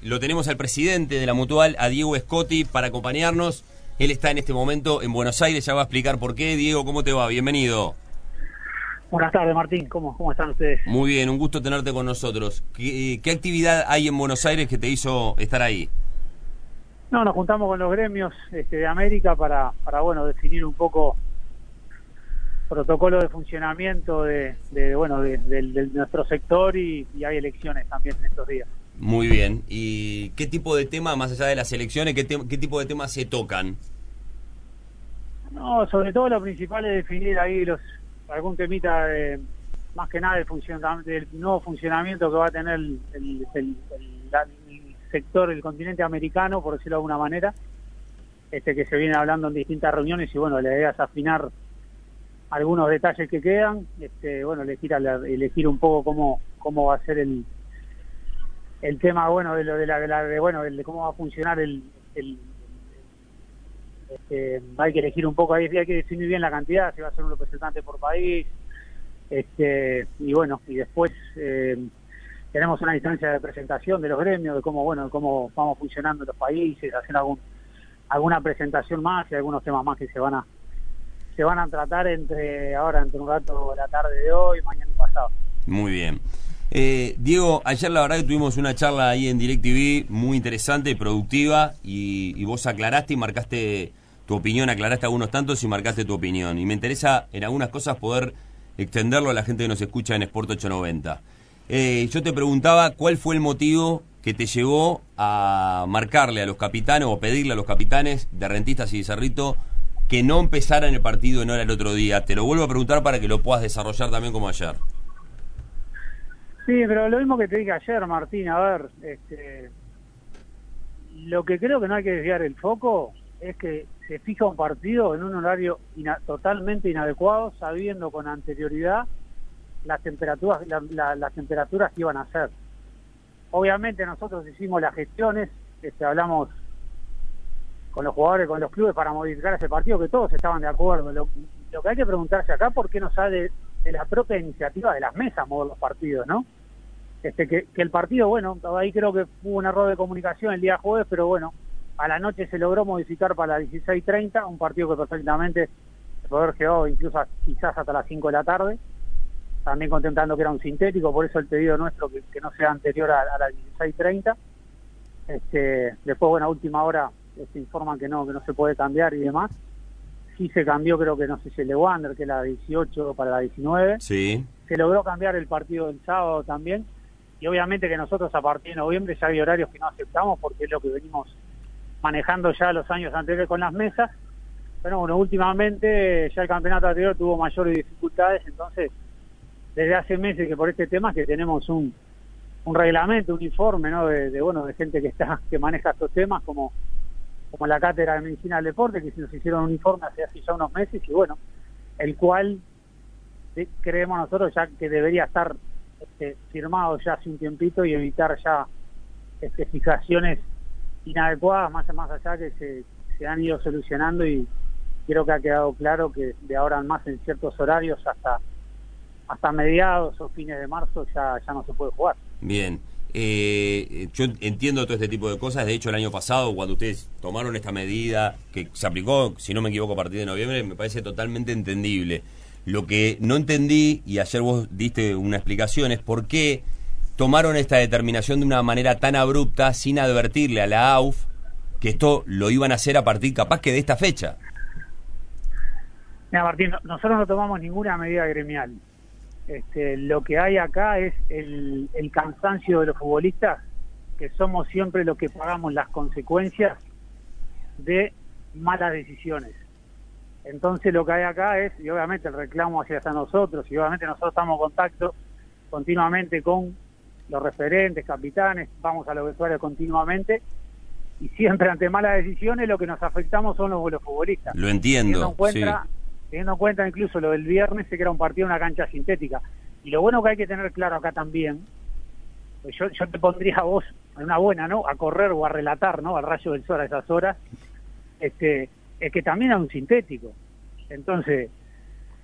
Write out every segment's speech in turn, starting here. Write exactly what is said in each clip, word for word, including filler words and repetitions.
lo tenemos al presidente de la Mutual, a Diego Scotti, para acompañarnos. Él está en este momento en Buenos Aires, ya va a explicar por qué. Diego, ¿cómo te va? Bienvenido. Buenas tardes, Martín. ¿Cómo, cómo están ustedes? Muy bien, un gusto tenerte con nosotros. ¿Qué, qué actividad hay en Buenos Aires que te hizo estar ahí? No, nos juntamos con los gremios este, de América para, para, bueno, definir un poco protocolo de funcionamiento de, de bueno, de, de, de nuestro sector y, y hay elecciones también en estos días. Muy bien. ¿Y qué tipo de tema, más allá de las elecciones, qué, te, qué tipo de temas se tocan? No, sobre todo lo principal es definir ahí los algún temita de, más que nada del, funcionamiento, del nuevo funcionamiento que va a tener el, el, el, el, el sector, el continente americano, por decirlo de alguna manera, este que se viene hablando en distintas reuniones y bueno, la idea es afinar algunos detalles que quedan, este bueno, elegir elegir un poco cómo cómo va a ser el el tema, bueno, de lo de la, de la de, bueno, de cómo va a funcionar el, el Este, hay que elegir un poco ahí, hay que definir bien la cantidad, si va a ser un representante por país, este y bueno, y después eh, tenemos una instancia de presentación de los gremios, de cómo bueno, de cómo vamos funcionando en los países, hacer algún alguna presentación más y algunos temas más que se van a se van a tratar entre ahora, entre un rato, la tarde de hoy, mañana y pasado. Muy bien. Eh, Diego, ayer la verdad que tuvimos una charla ahí en DirecTV muy interesante y productiva y, y vos aclaraste y marcaste tu opinión, aclaraste algunos tantos y marcaste tu opinión. Y me interesa en algunas cosas poder extenderlo a la gente que nos escucha en Sport ocho noventa. Eh, yo te preguntaba cuál fue el motivo que te llevó a marcarle a los capitanes o pedirle a los capitanes de Rentistas y de Cerrito que no empezaran el partido en hora el otro día. Te lo vuelvo a preguntar para que lo puedas desarrollar también como ayer. Sí, pero lo mismo que te dije ayer, Martín, a ver, este, lo que creo que no hay que desviar el foco es que se fija un partido en un horario ina totalmente inadecuado, sabiendo con anterioridad las temperaturas, la, la, las temperaturas que iban a ser. Obviamente nosotros hicimos las gestiones, este, hablamos con los jugadores, con los clubes para modificar ese partido, que todos estaban de acuerdo. Lo, lo que hay que preguntarse acá, ¿por qué no sale de la propia iniciativa de las mesas mover los partidos, no? Este que, que el partido, bueno, ahí creo que hubo un error de comunicación el día jueves, pero bueno, a la noche se logró modificar para las dieciséis treinta, un partido que perfectamente se puede haber quedado incluso quizás hasta las cinco de la tarde, también contemplando que era un sintético, por eso el pedido nuestro que, que no sea anterior a, a las dieciséis treinta. Este, después, bueno, a última hora se informan que no, que no se puede cambiar y demás. Sí se cambió, creo que no sé si el de Wander, que la dieciocho para la diecinueve. Sí. Se logró cambiar el partido del sábado también. Y obviamente que nosotros a partir de noviembre ya hay horarios que no aceptamos porque es lo que venimos manejando ya los años anteriores con las mesas. Pero bueno, últimamente ya el campeonato anterior tuvo mayores dificultades, entonces desde hace meses que por este tema que tenemos un, un reglamento, un informe, ¿no? De, de bueno, de gente que está que maneja estos temas como como la Cátedra de Medicina del Deporte, que nos hicieron un informe hace, hace ya unos meses, y bueno, el cual de, creemos nosotros ya que debería estar este, firmado ya hace un tiempito y evitar ya este, fijaciones inadecuadas, más, más allá que se, se han ido solucionando y creo que ha quedado claro que de ahora en más en ciertos horarios hasta, hasta mediados o fines de marzo ya, ya no se puede jugar. Bien. Eh, yo entiendo todo este tipo de cosas. De hecho, el año pasado, cuando ustedes tomaron esta medida que se aplicó, si no me equivoco, a partir de noviembre, me parece totalmente entendible. Lo que no entendí, y ayer vos diste una explicación, es por qué tomaron esta determinación de una manera tan abrupta sin advertirle a la A U F que esto lo iban a hacer a partir capaz que de esta fecha. Mira, Martín, nosotros no tomamos ninguna medida gremial. Este, lo que hay acá es el, el cansancio de los futbolistas, que somos siempre los que pagamos las consecuencias de malas decisiones. Entonces lo que hay acá es, y obviamente el reclamo hacia nosotros, y obviamente nosotros estamos en contacto continuamente con los referentes, capitanes, vamos a los vestuarios continuamente, y siempre ante malas decisiones lo que nos afectamos son los, los futbolistas. Lo entiendo, teniendo en cuenta, sí. Teniendo en cuenta incluso lo del viernes, que era un partido en una cancha sintética. Y lo bueno que hay que tener claro acá también, pues yo, yo te pondría a vos, en una buena, ¿no?, a correr o a relatar, ¿no?, al rayo del sol a esas horas, este, es que también era un sintético. Entonces,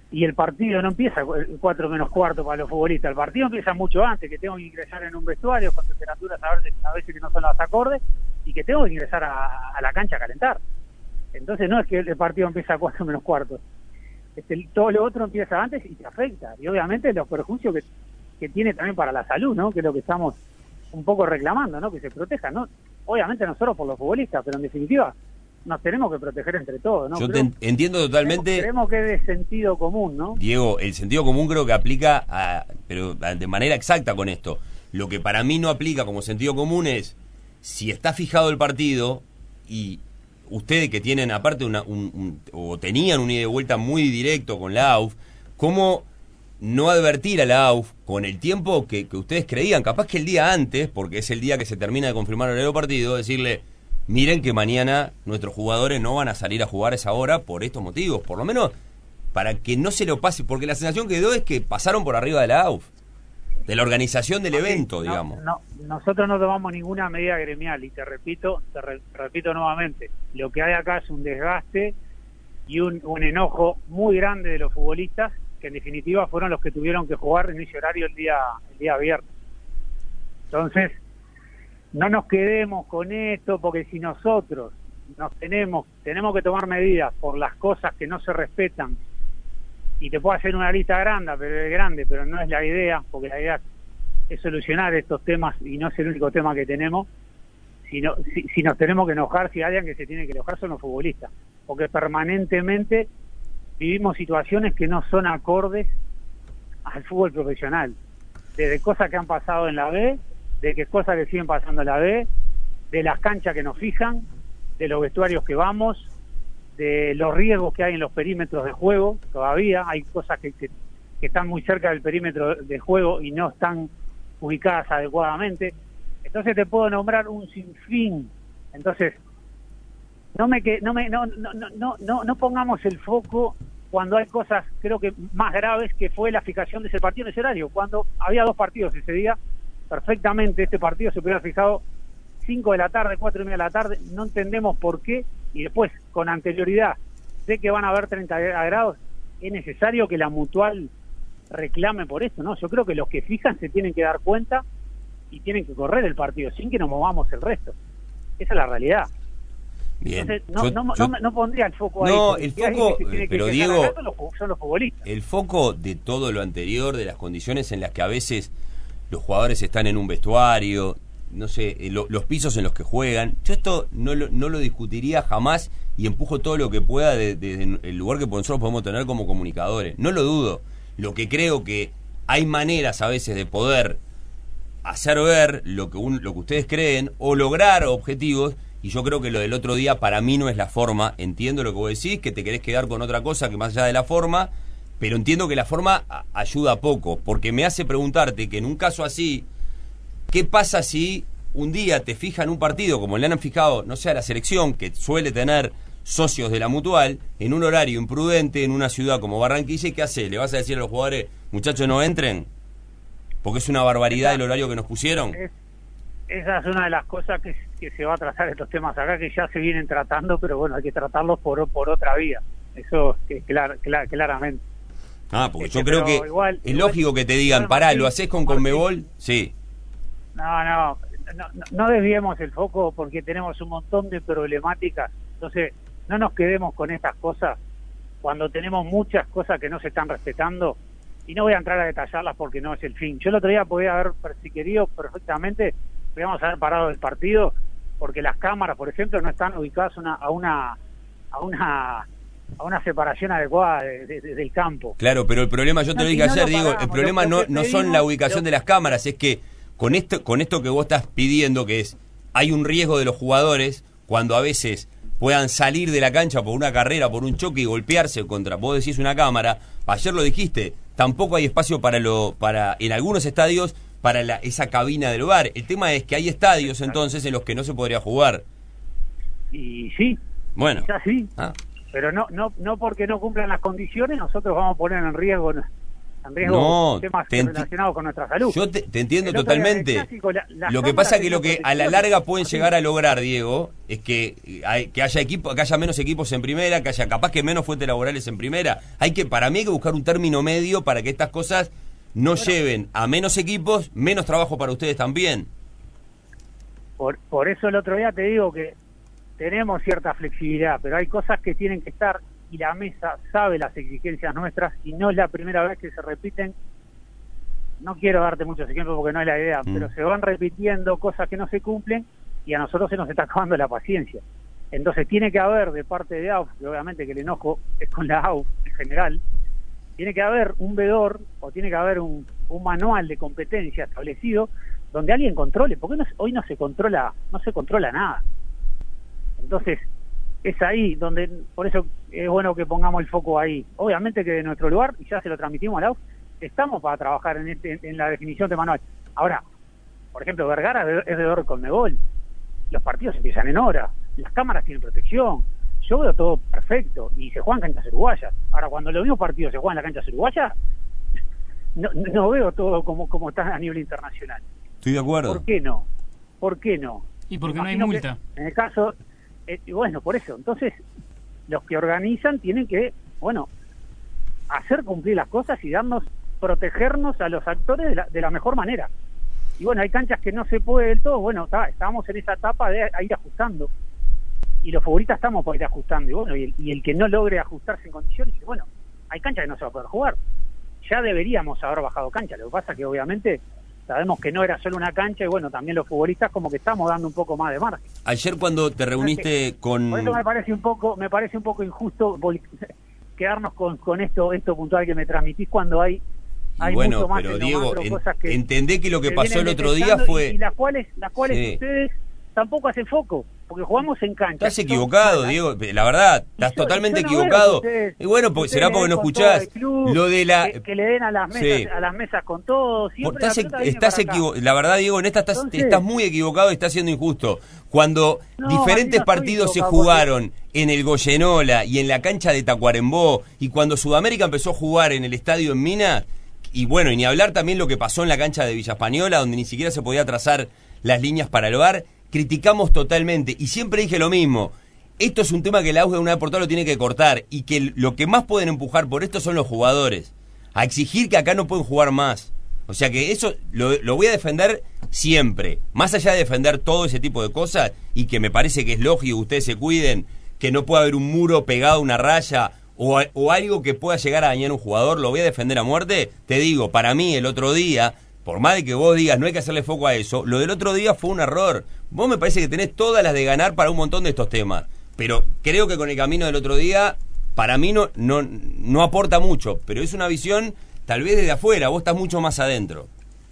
y el partido no empieza cuatro menos cuarto para los futbolistas, el partido empieza mucho antes, que tengo que ingresar en un vestuario con temperaturas a veces, a veces que no son las acordes, y que tengo que ingresar a, a la cancha a calentar. Entonces no es que el partido empieza a cuatro menos cuarto, este, todo lo otro empieza antes y te afecta, y obviamente los perjuicios que, que tiene también para la salud, ¿no? Que es lo que estamos un poco reclamando, ¿no? Que se proteja, ¿no? Obviamente no solo por los futbolistas, pero en definitiva nos tenemos que proteger entre todos, ¿no? Yo Creo, te entiendo totalmente. Creemos que es de sentido común, ¿no? Diego, el sentido común creo que aplica, a, pero a, de manera exacta con esto. Lo que para mí no aplica como sentido común es, si está fijado el partido y ustedes que tienen aparte una, un, un, o tenían un ida y vuelta muy directo con la A U F, ¿cómo no advertir a la A U F con el tiempo que, que ustedes creían? Capaz que el día antes, porque es el día que se termina de confirmar el nuevo partido, decirle, miren que mañana nuestros jugadores no van a salir a jugar a esa hora por estos motivos, por lo menos para que no se lo pase, porque la sensación que quedó es que pasaron por arriba de la A U F, de la organización del evento, no, digamos. No, nosotros no tomamos ninguna medida gremial, y te repito, te re, repito nuevamente, lo que hay acá es un desgaste y un, un enojo muy grande de los futbolistas, que en definitiva fueron los que tuvieron que jugar en ese horario el día, el día viernes. Entonces, no nos quedemos con esto, porque si nosotros nos tenemos, tenemos que tomar medidas por las cosas que no se respetan, y te puedo hacer una lista grande, pero grande, pero no es la idea, porque la idea es solucionar estos temas y no es el único tema que tenemos. Sino, si, si nos tenemos que enojar, si hay alguien que se tiene que enojar son los futbolistas, porque permanentemente vivimos situaciones que no son acordes al fútbol profesional, desde cosas que han pasado en la B, de que cosas que siguen pasando en la B, de las canchas que nos fijan, de los vestuarios que vamos, de los riesgos que hay en los perímetros de juego. Todavía hay cosas que, que, que están muy cerca del perímetro de juego y no están ubicadas adecuadamente. Entonces te puedo nombrar un sinfín. Entonces no me que no me no no no no no pongamos el foco cuando hay cosas, creo que más graves, que fue la fijación de ese partido en ese horario, cuando había dos partidos ese día. Perfectamente este partido se hubiera fijado cinco de la tarde, cuatro y media de la tarde, no entendemos por qué, y después con anterioridad de que van a haber treinta grados, es necesario que la Mutual reclame por esto, ¿no? Yo creo que los que fijan se tienen que dar cuenta y tienen que correr el partido sin que nos movamos el resto. Esa es la realidad. Bien. Entonces, no, yo, no, yo, no, no pondría el foco ahí. No, el foco, que pero que Diego, son los, son los futbolistas. El foco de todo lo anterior, de las condiciones en las que a veces los jugadores están en un vestuario, no sé, lo, los pisos en los que juegan, yo esto no lo, no lo discutiría jamás y empujo todo lo que pueda desde de, de el lugar que nosotros podemos tener como comunicadores. No lo dudo. Lo que creo que hay maneras a veces de poder hacer ver lo que, un, lo que ustedes creen o lograr objetivos, y yo creo que lo del otro día para mí no es la forma. Entiendo lo que vos decís, que te querés quedar con otra cosa que más allá de la forma, pero entiendo que la forma ayuda poco, porque me hace preguntarte que en un caso así, ¿qué pasa si un día te fijan un partido como le han fijado, no sé, a la selección, que suele tener socios de la Mutual, en un horario imprudente, en una ciudad como Barranquilla, y qué hace? ¿Le vas a decir a los jugadores, muchachos, no entren? Porque es una barbaridad el horario que nos pusieron. Es, esa es una de las cosas que, que se va a tratar estos temas acá, que ya se vienen tratando, pero bueno, hay que tratarlos por, por otra vía. Eso es clar, clar, claramente. Ah, porque este, yo creo que igual, es igual, lógico que te digan, igual, pará, Martín, ¿lo haces con Martín, Conmebol? Sí. No, no, no, no desviemos el foco porque tenemos un montón de problemáticas. Entonces, no nos quedemos con estas cosas cuando tenemos muchas cosas que no se están respetando, y no voy a entrar a detallarlas porque no es el fin. Yo el otro día podía haber, si querido, perfectamente, podíamos haber parado el partido porque las cámaras, por ejemplo, no están ubicadas una, a una a una a una separación adecuada de, de, de, del campo. Claro, pero el problema, yo te no, lo dije si no ayer, lo digo, paramos, el problema lo, no, lo no pedimos, son la ubicación lo... de las cámaras, es que con esto, con esto que vos estás pidiendo, que es, hay un riesgo de los jugadores cuando a veces puedan salir de la cancha por una carrera, por un choque y golpearse contra, vos decís, una cámara. Ayer lo dijiste, tampoco hay espacio para lo, para, en algunos estadios, para la, esa cabina del bar. El tema es que hay estadios entonces en los que no se podría jugar. Y sí, bueno, quizás sí, ah. pero no, no, no porque no cumplan las condiciones, nosotros vamos a poner en riesgo en riesgo no, temas te relacionados con nuestra salud. Yo te, te entiendo El otro día, totalmente. el clásico, la- las Lo que cámaras pasa es que lo tienen que a la protección. larga pueden llegar a lograr, Diego, es que hay, que haya equipo, que haya menos equipos en primera, que haya capaz que menos fuentes laborales en primera. Hay que, para mí hay que buscar un término medio para que estas cosas no Bueno. lleven a menos equipos, menos trabajo para ustedes también. Por, por eso el otro día te digo que tenemos cierta flexibilidad, pero hay cosas que tienen que estar y la mesa sabe las exigencias nuestras y no es la primera vez que se repiten. No quiero darte muchos ejemplos porque no es la idea, Mm. pero se van repitiendo cosas que no se cumplen y a nosotros se nos está acabando la paciencia. Entonces tiene que haber de parte de A U F, que obviamente que el enojo es con la A U F en general, tiene que haber un vedor o tiene que haber un, un manual de competencia establecido donde alguien controle, porque no, hoy no se controla, no se controla nada. Entonces, es ahí donde, por eso es bueno que pongamos el foco ahí. Obviamente que de nuestro lugar, y ya se lo transmitimos a la A U F, estamos para trabajar en este en la definición de manual. Ahora, por ejemplo, Vergara es vedor con Conmebol, los partidos empiezan en hora, las cámaras tienen protección, yo veo todo perfecto, y se juegan canchas uruguayas. Ahora, cuando los mismos partidos se juegan en las canchas uruguayas, no, no veo todo como, como está a nivel internacional. Estoy de acuerdo. ¿Por qué no? ¿Por qué no? Y porque no hay Imagino multa. que, en el caso, eh, y bueno, por eso. Entonces, los que organizan tienen que, bueno, hacer cumplir las cosas y darnos, protegernos a los actores de la, de la mejor manera. Y bueno, hay canchas que no se puede del todo. Bueno, está, estamos en esa etapa de ir ajustando. Y los futbolistas estamos para ir ajustando. Y bueno, y el, y el que no logre ajustarse en condiciones, y bueno, hay canchas que no se va a poder jugar. Ya deberíamos haber bajado cancha. Lo que pasa es que obviamente sabemos que no era solo una cancha y bueno, también los futbolistas como que estamos dando un poco más de margen. Ayer cuando te reuniste con... Por eso me parece un poco, me parece un poco injusto quedarnos con, con esto, esto puntual que me transmitís cuando hay, hay y bueno, mucho más pero en lo Diego, macro, en, cosas que entendé que lo que se pasó el vienen otro día detectando fue... y, y las cuales, las cuales Sí. ustedes tampoco hacen foco, porque jugamos en cancha. Estás equivocado, Diego, la verdad, estás yo- totalmente yo no veo equivocado. que ustedes- Y bueno, porque ustedes será le porque den no con todo escuchás el club, lo de la... que, que le den a las mesas, Sí. a las mesas con todo, siempre Estás, la pelota viene estás para acá. equivo- la verdad, Diego, en esta estás, Entonces- estás muy equivocado y estás siendo injusto. Cuando No, diferentes Martín, no estoy partidos se equivocado, jugaron en el Goyenola y en la cancha de Tacuarembó, y cuando Sudamérica empezó a jugar en el estadio en Minas, y bueno, y ni hablar también lo que pasó en la cancha de Villa Española, donde ni siquiera se podía trazar las líneas para el bar, criticamos totalmente. Y siempre dije lo mismo. Esto es un tema que la U F de una vez por todas lo tiene que cortar, y que lo que más pueden empujar por esto son los jugadores, a exigir que acá no pueden jugar más. O sea que eso lo, lo voy a defender siempre, más allá de defender todo ese tipo de cosas, y que me parece que es lógico que ustedes se cuiden, que no pueda haber un muro pegado a una raya o, o algo que pueda llegar a dañar a un jugador, lo voy a defender a muerte. Te digo, para mí el otro día, por más de que vos digas no hay que hacerle foco a eso, lo del otro día fue un error. Vos me parece que tenés todas las de ganar para un montón de estos temas, pero creo que con el camino del otro día, para mí no, no, no aporta mucho, pero es una visión tal vez desde afuera, vos estás mucho más adentro.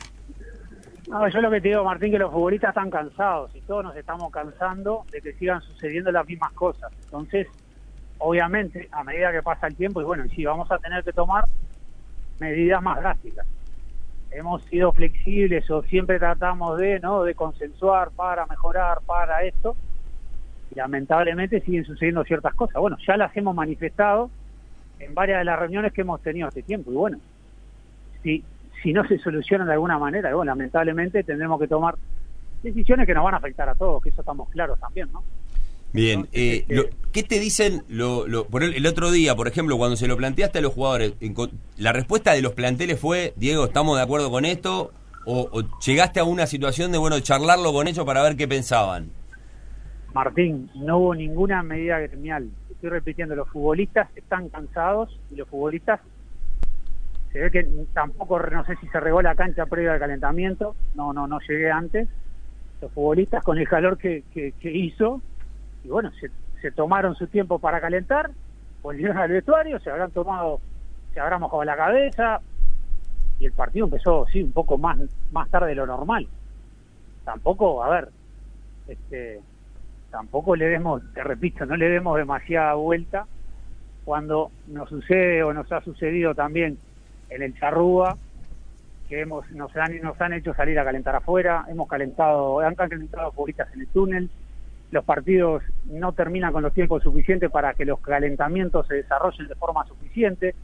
No, yo lo que te digo, Martín, que los futbolistas están cansados y todos nos estamos cansando de que sigan sucediendo las mismas cosas. Entonces, obviamente, a medida que pasa el tiempo, y bueno, sí, vamos a tener que tomar medidas más drásticas. Hemos sido flexibles o siempre tratamos de, ¿no?, de consensuar para mejorar, para esto, y lamentablemente siguen sucediendo ciertas cosas. Bueno, ya las hemos manifestado en varias de las reuniones que hemos tenido este tiempo, y bueno, si, si no se solucionan de alguna manera, bueno, lamentablemente tendremos que tomar decisiones que nos van a afectar a todos, que eso estamos claros también, ¿no? Bien, Entonces, eh, este- lo, ¿qué te dicen lo, lo, por el, el otro día, por ejemplo, cuando se lo planteaste a los jugadores? enco- ¿La respuesta de los planteles fue, Diego, estamos de acuerdo con esto? ¿O, o llegaste a una situación de, bueno, charlarlo con ellos para ver qué pensaban? Martín, no hubo ninguna medida gremial. Estoy repitiendo, los futbolistas están cansados y los futbolistas, se ve que tampoco, no sé si se regó la cancha previa al calentamiento, no no no llegué antes. Los futbolistas con el calor que, que, que hizo, y bueno, se, se tomaron su tiempo para calentar, volvieron al vestuario, se habrán tomado, se habrán mojado la cabeza, y el partido empezó, sí, un poco más, más tarde de lo normal. Tampoco, a ver, este... tampoco le demos, te repito, no le demos demasiada vuelta cuando nos sucede o nos ha sucedido también en el Charrúa, que hemos nos han nos han hecho salir a calentar afuera, hemos calentado, han calentado futbolistas en el túnel, los partidos no terminan con los tiempos suficientes para que los calentamientos se desarrollen de forma suficiente,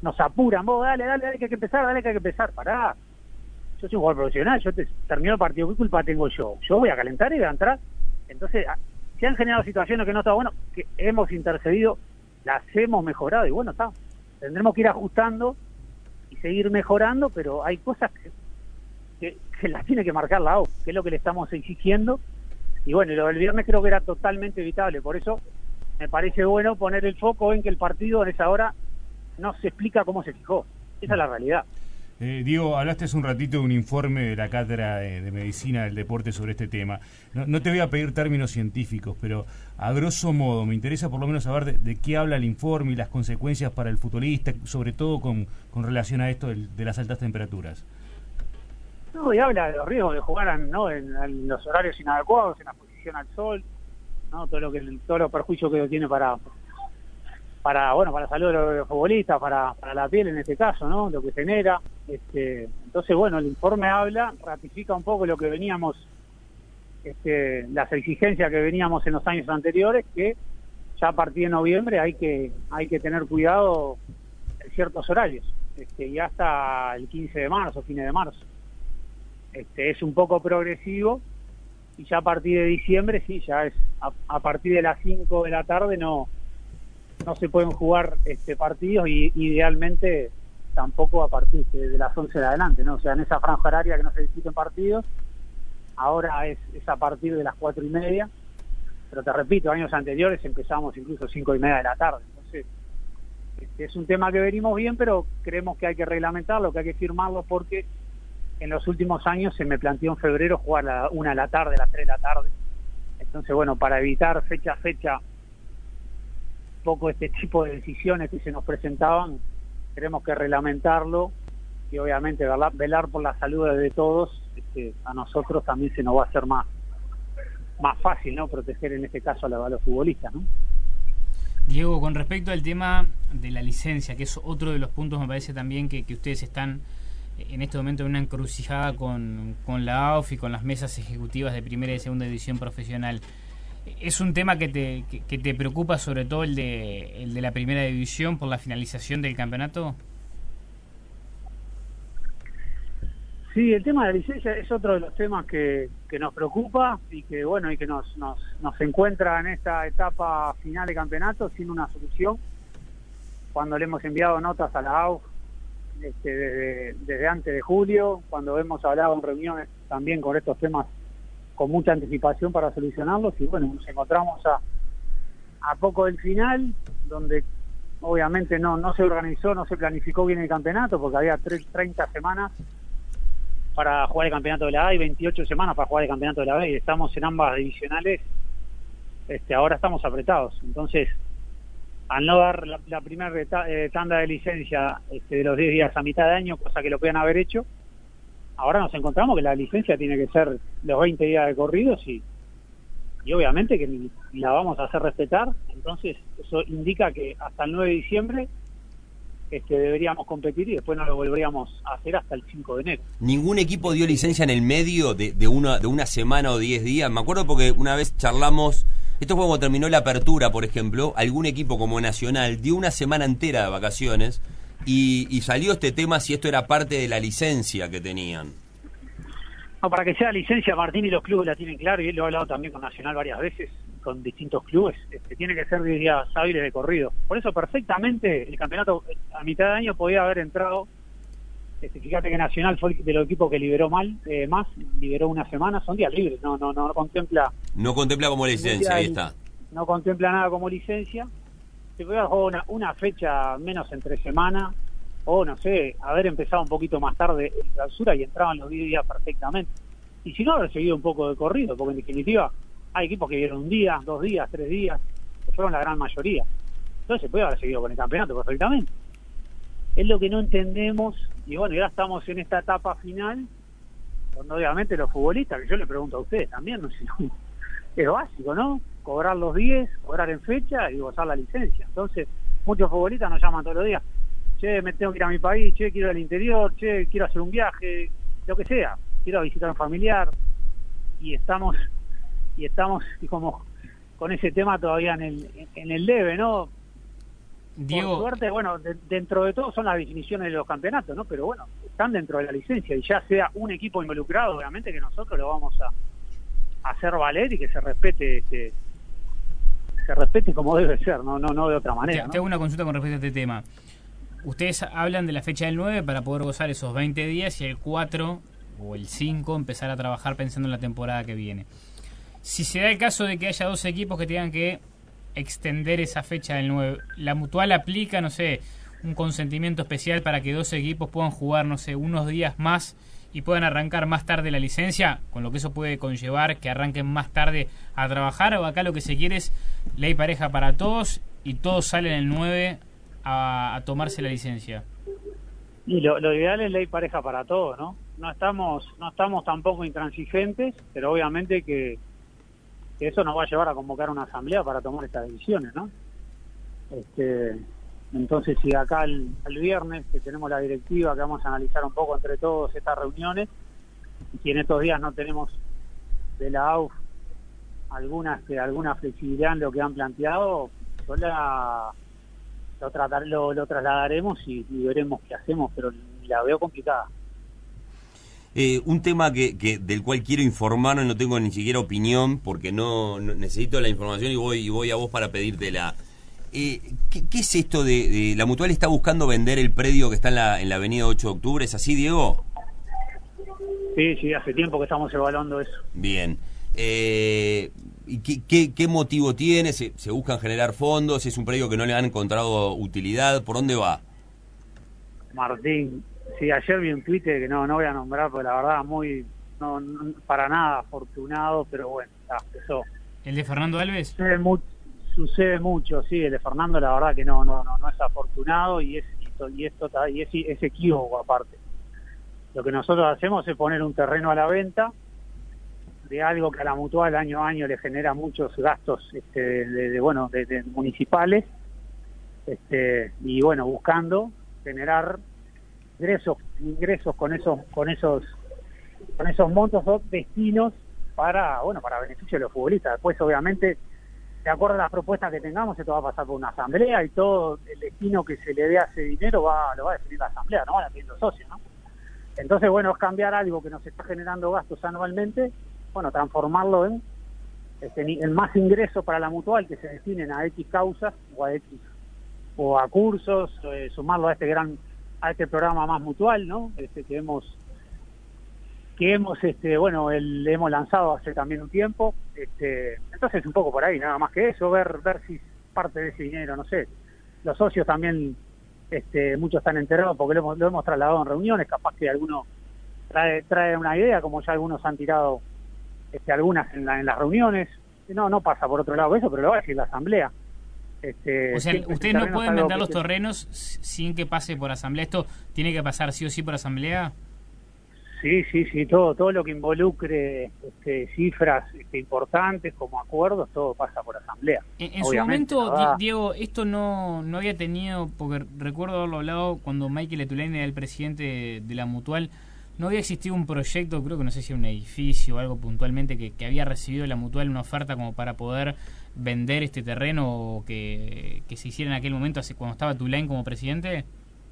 nos apuran, vos dale, dale, dale, que hay que empezar, dale, que hay que empezar, pará. Yo soy un jugador profesional, yo te termino el partido, ¿qué culpa tengo yo? Yo voy a calentar y voy a entrar. Entonces, se han generado situaciones que no está bueno, que hemos intercedido, las hemos mejorado, y bueno, está, tendremos que ir ajustando y seguir mejorando, pero hay cosas que, que, que las tiene que marcar la A U, que es lo que le estamos exigiendo, y bueno, y lo del viernes creo que era totalmente evitable, por eso me parece bueno poner el foco en que el partido en esa hora no se explica cómo se fijó, esa es la realidad. Eh, Diego, hablaste hace un ratito de un informe de la Cátedra de, de Medicina del Deporte sobre este tema. No, no te voy a pedir términos científicos, pero a grosso modo me interesa por lo menos saber de, de qué habla el informe y las consecuencias para el futbolista, sobre todo con, con relación a esto de, de las altas temperaturas. No, y habla de los riesgos de jugar ¿no? en, en los horarios inadecuados, en la exposición al sol, ¿no? todo lo que todos los perjuicios que tiene para para bueno para la salud de los, de los futbolistas, para, para la piel en este caso, ¿no? Lo que genera. Este, entonces, bueno, el informe habla, ratifica un poco lo que veníamos, este, las exigencias que veníamos en los años anteriores, que ya a partir de noviembre hay que hay que tener cuidado en ciertos horarios, este, y hasta el quince de marzo, fines de marzo. Este, es un poco progresivo, y ya a partir de diciembre, sí, ya es a, a partir de las cinco de la tarde no no se pueden jugar este partidos, y idealmente tampoco a partir de las once de adelante, ¿no? O sea, en esa franja horaria que no se discuten partidos, ahora es, es a partir de las cuatro y media, pero te repito, años anteriores empezamos incluso cinco y media de la tarde. Entonces, este, es un tema que venimos bien, pero creemos que hay que reglamentarlo, que hay que firmarlo, porque en los últimos años se me planteó en febrero jugar a la una de la tarde, a las tres de la tarde. Entonces, bueno, para evitar fecha a fecha poco este tipo de decisiones que se nos presentaban, tenemos que reglamentarlo, y obviamente velar, velar por la salud de todos. Este, a nosotros también se nos va a hacer más más fácil, ¿no? Proteger en este caso a, la, a los futbolistas, ¿no? Diego, con respecto al tema de la licencia, que es otro de los puntos, me parece también que, que ustedes están en este momento en una encrucijada con, con la A U F y con las mesas ejecutivas de primera y segunda división profesional. ¿Es un tema que te, que, que te preocupa, sobre todo el de, el de la primera división, por la finalización del campeonato? Sí, el tema de la licencia es otro de los temas que, que nos preocupa, y que bueno y que nos, nos, nos encuentra en esta etapa final de campeonato sin una solución, cuando le hemos enviado notas a la A U F este, desde, desde antes de julio, cuando hemos hablado en reuniones también con estos temas con mucha anticipación para solucionarlos, y bueno, nos encontramos a, a poco del final, donde obviamente no, no se organizó, no se planificó bien el campeonato, porque había treinta semanas para jugar el campeonato de la A y veintiocho semanas para jugar el campeonato de la B, y estamos en ambas divisionales, este, ahora estamos apretados. Entonces, al no dar la, la primera eh, tanda de licencia este, de los diez días a mitad de año, cosa que lo podían haber hecho, ahora nos encontramos que la licencia tiene que ser los veinte días de corridos, y, y obviamente que ni, ni la vamos a hacer respetar. Entonces eso indica que hasta el nueve de diciembre este, deberíamos competir, y después no lo volveríamos a hacer hasta el cinco de enero. ¿Ningún equipo dio licencia en el medio de, de, una, de una semana o diez días? Me acuerdo porque una vez charlamos, esto fue cuando terminó la apertura, por ejemplo, algún equipo como Nacional dio una semana entera de vacaciones, Y, y salió este tema si esto era parte de la licencia que tenían. No, para que sea licencia, Martín y los clubes la tienen claro, y él lo ha hablado también con Nacional varias veces, con distintos clubes, este, tiene que ser diez días hábiles de corrido. Por eso perfectamente el campeonato a mitad de año podía haber entrado. Este, fíjate que Nacional fue de los equipos que liberó mal, eh, más, liberó una semana, son días libres, no no no, no contempla... No contempla como licencia, ahí está. No contempla nada como licencia. Se podía jugar una, una fecha menos entre semana, o no sé, haber empezado un poquito más tarde en clausura y entraban los diez días perfectamente. Y si no, haber seguido un poco de corrido, porque en definitiva hay equipos que dieron un día, dos días, tres días, que fueron la gran mayoría. Entonces se puede haber seguido con el campeonato perfectamente. Es lo que no entendemos, y bueno, ya estamos en esta etapa final, donde obviamente los futbolistas, que yo le pregunto a ustedes también, no sé, no, es básico, ¿no? Cobrar los diez, cobrar en fecha y gozar la licencia. Entonces, muchos futbolistas nos llaman todos los días: che, me tengo que ir a mi país, che, quiero ir al interior, che, quiero hacer un viaje, lo que sea, quiero visitar a un familiar, y estamos y estamos como con ese tema todavía en el en el debe, ¿no? Diego, por suerte, bueno, de, dentro de todo son las definiciones de los campeonatos, ¿no? Pero bueno, están dentro de la licencia y ya sea un equipo involucrado, obviamente que nosotros lo vamos a, a hacer valer y que se respete, este, se respete como debe ser, no, no, no de otra manera. Te, ¿no? te hago una consulta con respecto a este tema. Ustedes hablan de la fecha del nueve para poder gozar esos veinte días y el cuatro o el cinco empezar a trabajar pensando en la temporada que viene. Si se da el caso de que haya dos equipos que tengan que extender esa fecha del nueve, ¿la Mutual aplica, no sé, un consentimiento especial para que dos equipos puedan jugar, no sé, unos días más y puedan arrancar más tarde la licencia, con lo que eso puede conllevar que arranquen más tarde a trabajar? ¿O acá lo que se quiere es ley pareja para todos y todos salen el nueve a, a tomarse la licencia? Y lo, lo ideal es ley pareja para todos, ¿no? No estamos, no estamos tampoco intransigentes, pero obviamente que que eso nos va a llevar a convocar una asamblea para tomar estas decisiones, ¿no? Este, entonces, si acá el, el viernes, que tenemos la directiva, que vamos a analizar un poco entre todos estas reuniones, y si en estos días no tenemos de la A U F alguna, este, alguna flexibilidad en lo que han planteado, yo la, lo, tratar, lo, lo trasladaremos y, y veremos qué hacemos, pero la veo complicada. Eh, un tema que, que del cual quiero informar, no tengo ni siquiera opinión, porque no, no necesito la información y voy y voy a vos para pedírtela. Eh, ¿qué, ¿Qué es esto de, de la Mutual está buscando vender el predio que está en la, en la avenida ocho de octubre? ¿Es así, Diego? Sí, sí, hace tiempo que estamos evaluando eso. Bien. Eh, ¿Y qué, qué, qué motivo tiene? ¿Se, ¿Se buscan generar fondos? ¿Es un predio que no le han encontrado utilidad? ¿Por dónde va? Martín, sí, ayer vi un Twitter que no no voy a nombrar, porque la verdad muy, no, no para nada afortunado, pero bueno, ya, eso. ¿El de Fernando Alves? Sucede, mu sucede mucho, sí, el de Fernando la verdad que no no no, no es afortunado y es y es, total, y es, es equívoco aparte. Lo que nosotros hacemos es poner un terreno a la venta de algo que a la Mutual año a año le genera muchos gastos este, de, de bueno de, de municipales, este, y bueno, buscando generar ingresos ingresos con esos con esos con esos montos o destinos para bueno para beneficio de los futbolistas. Después, obviamente, de acuerdo a las propuestas que tengamos, esto va a pasar por una asamblea y todo el destino que se le dé a ese dinero va lo va a definir la asamblea, no van a definir los socios, ¿no? Entonces, bueno, es cambiar algo que nos está generando gastos anualmente, bueno, transformarlo en este, en más ingresos para la Mutual que se destinen a X causas o a X o a cursos, eh, sumarlo a este gran a este programa Más Mutual, ¿no? Este que hemos que hemos este bueno el hemos lanzado hace también un tiempo, este entonces un poco por ahí, nada más que eso, ver ver si parte de ese dinero, no sé, los socios también, este muchos están enterados porque lo hemos, lo hemos trasladado en reuniones, capaz que alguno trae trae una idea, como ya algunos han tirado este algunas en, la, en las reuniones, no no pasa por otro lado eso, pero lo va a decir la asamblea. Este, o sea, ustedes no pueden vender los terrenos sin que pase por asamblea. ¿Esto tiene que pasar sí o sí por asamblea? Sí, sí, sí, todo todo lo que involucre este, cifras este, importantes como acuerdos, todo pasa por asamblea. En, en su momento, Di Diego, esto no no había tenido, porque recuerdo haberlo hablado cuando Michael Etulain era el presidente de, de la Mutual, no había existido un proyecto, creo que no sé si era un edificio o algo puntualmente, que, que había recibido la Mutual una oferta como para poder vender este terreno que, que se hiciera en aquel momento, hace cuando estaba Etulain como presidente.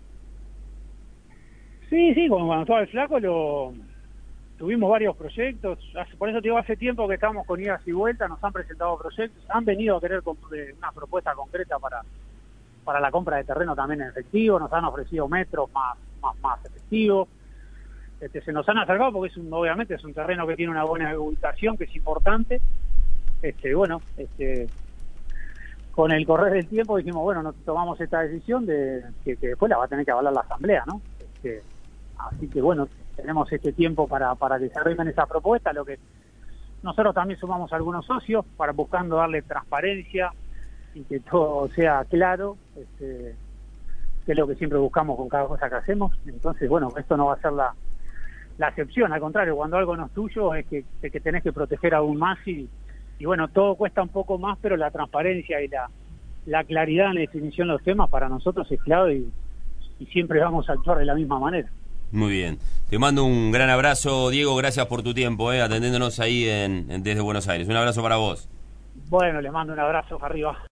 Sí, sí, como cuando estaba el Flaco lo tuvimos varios proyectos, hace, por eso te digo, hace tiempo que estamos con idas y vueltas, nos han presentado proyectos, han venido a querer una propuesta concreta para para la compra de terreno también en efectivo, nos han ofrecido metros más más más efectivos. Este, se nos han acercado porque es un, obviamente es un terreno que tiene una buena ubicación, que es importante. Este, bueno, este, con el correr del tiempo dijimos, bueno, nos tomamos esta decisión de que, que después la va a tener que avalar la asamblea, ¿no? Este, así que bueno, tenemos este tiempo para para que se arrimen esa propuesta. Lo que nosotros también sumamos a algunos socios para buscando darle transparencia y que todo sea claro, este, que es lo que siempre buscamos con cada cosa que hacemos. Entonces, bueno, esto no va a ser la la excepción, al contrario, cuando algo no es tuyo es que, que tenés que proteger aún más y, y bueno, todo cuesta un poco más, pero la transparencia y la, la claridad en la definición de los temas para nosotros es clave y, y siempre vamos a actuar de la misma manera. Muy bien, te mando un gran abrazo, Diego, gracias por tu tiempo, eh, atendiéndonos ahí en, en desde Buenos Aires. Un abrazo para vos. Bueno, les mando un abrazo arriba.